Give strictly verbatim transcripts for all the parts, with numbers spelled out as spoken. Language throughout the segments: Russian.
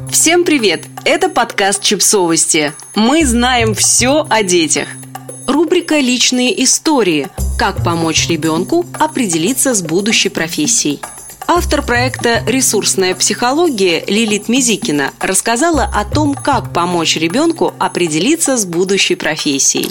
Всем привет! Это подкаст «Чипсовости». Мы знаем все о детях. Рубрика «Личные истории». Как помочь ребенку определиться с будущей профессией. Автор проекта «Ресурсная психология» Лилит Мизикина рассказала о том, как помочь ребенку определиться с будущей профессией.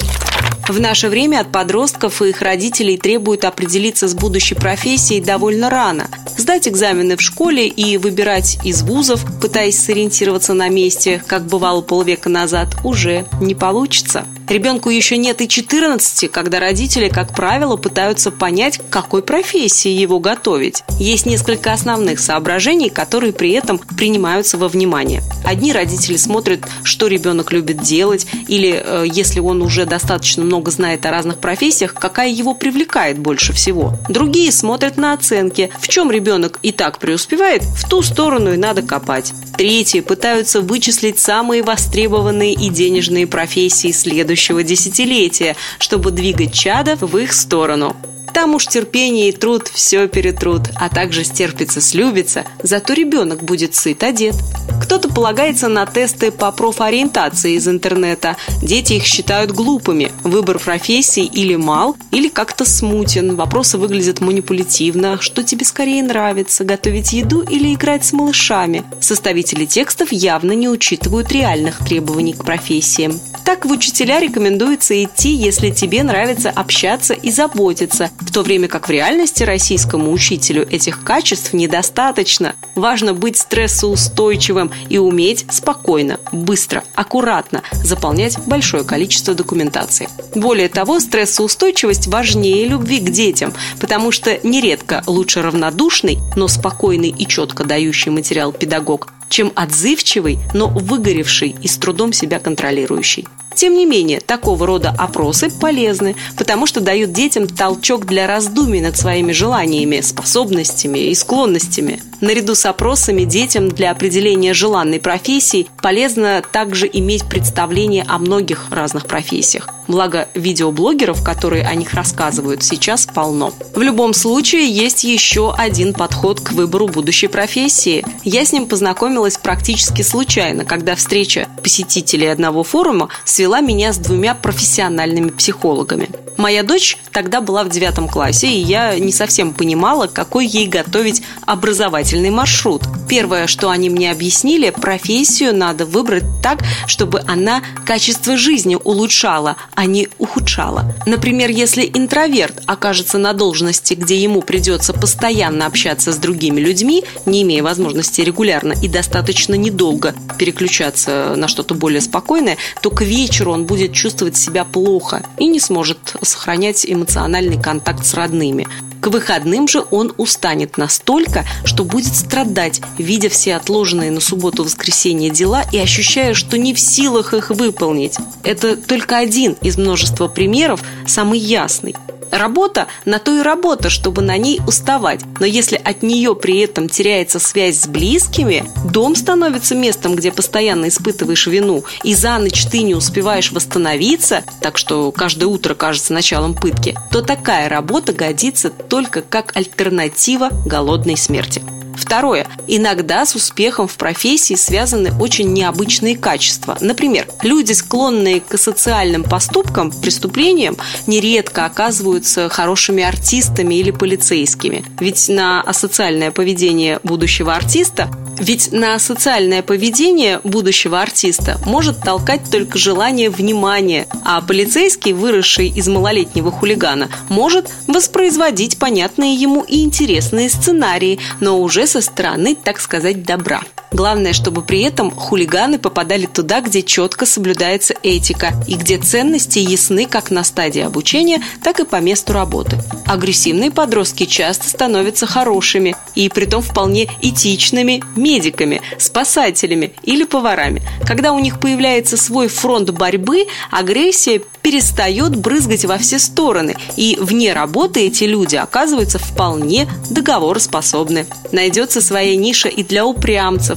В наше время от подростков и их родителей требуют определиться с будущей профессией довольно рано. Сдать экзамены в школе и выбирать из вузов, пытаясь сориентироваться на месте, как бывало полвека назад, уже не получится. Ребенку еще нет и четырнадцати, когда родители, как правило, пытаются понять, к какой профессии его готовить. Есть несколько основных соображений, которые при этом принимаются во внимание. Одни родители смотрят, что ребенок любит делать, или, э, если он уже достаточно много знает о разных профессиях, какая его привлекает больше всего. Другие смотрят на оценки, в чем ребенок и так преуспевает, в ту сторону и надо копать. Третьи пытаются вычислить самые востребованные и денежные профессии следующего десятилетия, чтобы двигать чадо в их сторону. Там уж терпение и труд все перетрут, а также стерпится, слюбится, зато ребенок будет сыт одет. Кто-то полагается на тесты по профориентации из интернета. Дети их считают глупыми. Выбор профессии или мал, или как-то смутен. Вопросы выглядят манипулятивно. Что тебе скорее нравится, готовить еду или играть с малышами? Составители текстов явно не учитывают реальных требований к профессиям. Так в учителя рекомендуется идти, если тебе нравится общаться и заботиться, в то время как в реальности российскому учителю этих качеств недостаточно. Важно быть стрессоустойчивым и уметь спокойно, быстро, аккуратно заполнять большое количество документации. Более того, стрессоустойчивость важнее любви к детям, потому что нередко лучше равнодушный, но спокойный и четко дающий материал педагог, чем отзывчивый, но выгоревший и с трудом себя контролирующий. Тем не менее, такого рода опросы полезны, потому что дают детям толчок для раздумий над своими желаниями, способностями и склонностями. Наряду с опросами детям для определения желанной профессии полезно также иметь представление о многих разных профессиях. Благо, видеоблогеров, которые о них рассказывают, сейчас полно. В любом случае, есть еще один подход к выбору будущей профессии. Я с ним познакомилась практически случайно, когда встреча посетителей одного форума свела меня с двумя профессиональными психологами. Моя дочь тогда была в девятом классе, и я не совсем понимала, какой ей готовить образовательный маршрут. Первое, что они мне объяснили, профессию надо выбрать так, чтобы она качество жизни улучшала, а не ухудшала. Например, если интроверт окажется на должности, где ему придется постоянно общаться с другими людьми, не имея возможности регулярно и достаточно недолго переключаться на что-то более спокойное, то к вечеру он будет чувствовать себя плохо и не сможет сохранять эмоциональный контакт с родными. К выходным же он устанет настолько, что будет страдать, видя все отложенные на субботу-воскресенье дела и ощущая, что не в силах их выполнить. Это только один из множества примеров, самый ясный. Работа на то и работа, чтобы на ней уставать. Но если от нее при этом теряется связь с близкими, дом становится местом, где постоянно испытываешь вину, и за ночь ты не успеваешь восстановиться, так что каждое утро кажется началом пытки, то такая работа годится только как альтернатива голодной смерти. Второе. Иногда с успехом в профессии связаны очень необычные качества. Например, люди, склонные к асоциальным поступкам, преступлениям, нередко оказываются хорошими артистами или полицейскими. Ведь на асоциальное поведение будущего артиста Ведь на социальное поведение будущего артиста может толкать только желание внимания, а полицейский, выросший из малолетнего хулигана, может воспроизводить понятные ему и интересные сценарии, но уже со стороны, так сказать, добра. Главное, чтобы при этом хулиганы попадали туда, где четко соблюдается этика и где ценности ясны как на стадии обучения, так и по месту работы. Агрессивные подростки часто становятся хорошими и притом вполне этичными медиками, спасателями или поварами. Когда у них появляется свой фронт борьбы, агрессия перестает брызгать во все стороны, и вне работы эти люди оказываются вполне договороспособны. Найдется своя ниша и для упрямцев,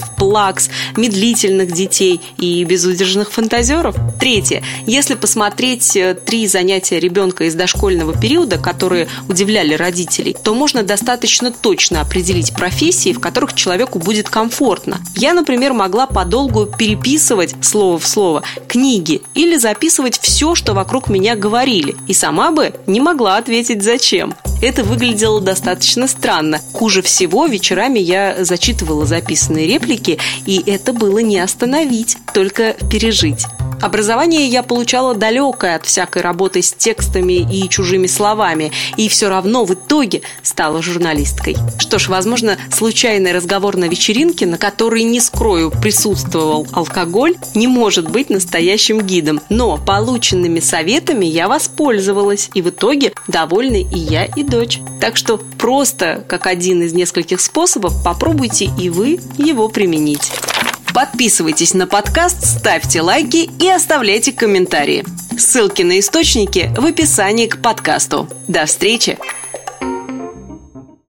интровертов, плакс, медлительных детей и безудержных фантазеров. Третье. Если посмотреть три занятия ребенка из дошкольного периода, которые удивляли родителей, то можно достаточно точно определить профессии, в которых человеку будет комфортно. Я, например, могла подолгу переписывать слово в слово книги или записывать все, что вокруг меня говорили, и сама бы не могла ответить «зачем?». Это выглядело достаточно странно. Хуже всего вечерами я зачитывала записанные реплики, и это было не остановить, только пережить. Образование я получала далекое от всякой работы с текстами и чужими словами, и все равно в итоге стала журналисткой. Что ж, возможно, случайный разговор на вечеринке, на которой, не скрою, присутствовал алкоголь, не может быть настоящим гидом. Но полученными советами я воспользовалась, и в итоге довольны и я, и дочь. Так что просто, как один из нескольких способов, попробуйте и вы его применить. Подписывайтесь на подкаст, ставьте лайки и оставляйте комментарии. Ссылки на источники в описании к подкасту. До встречи!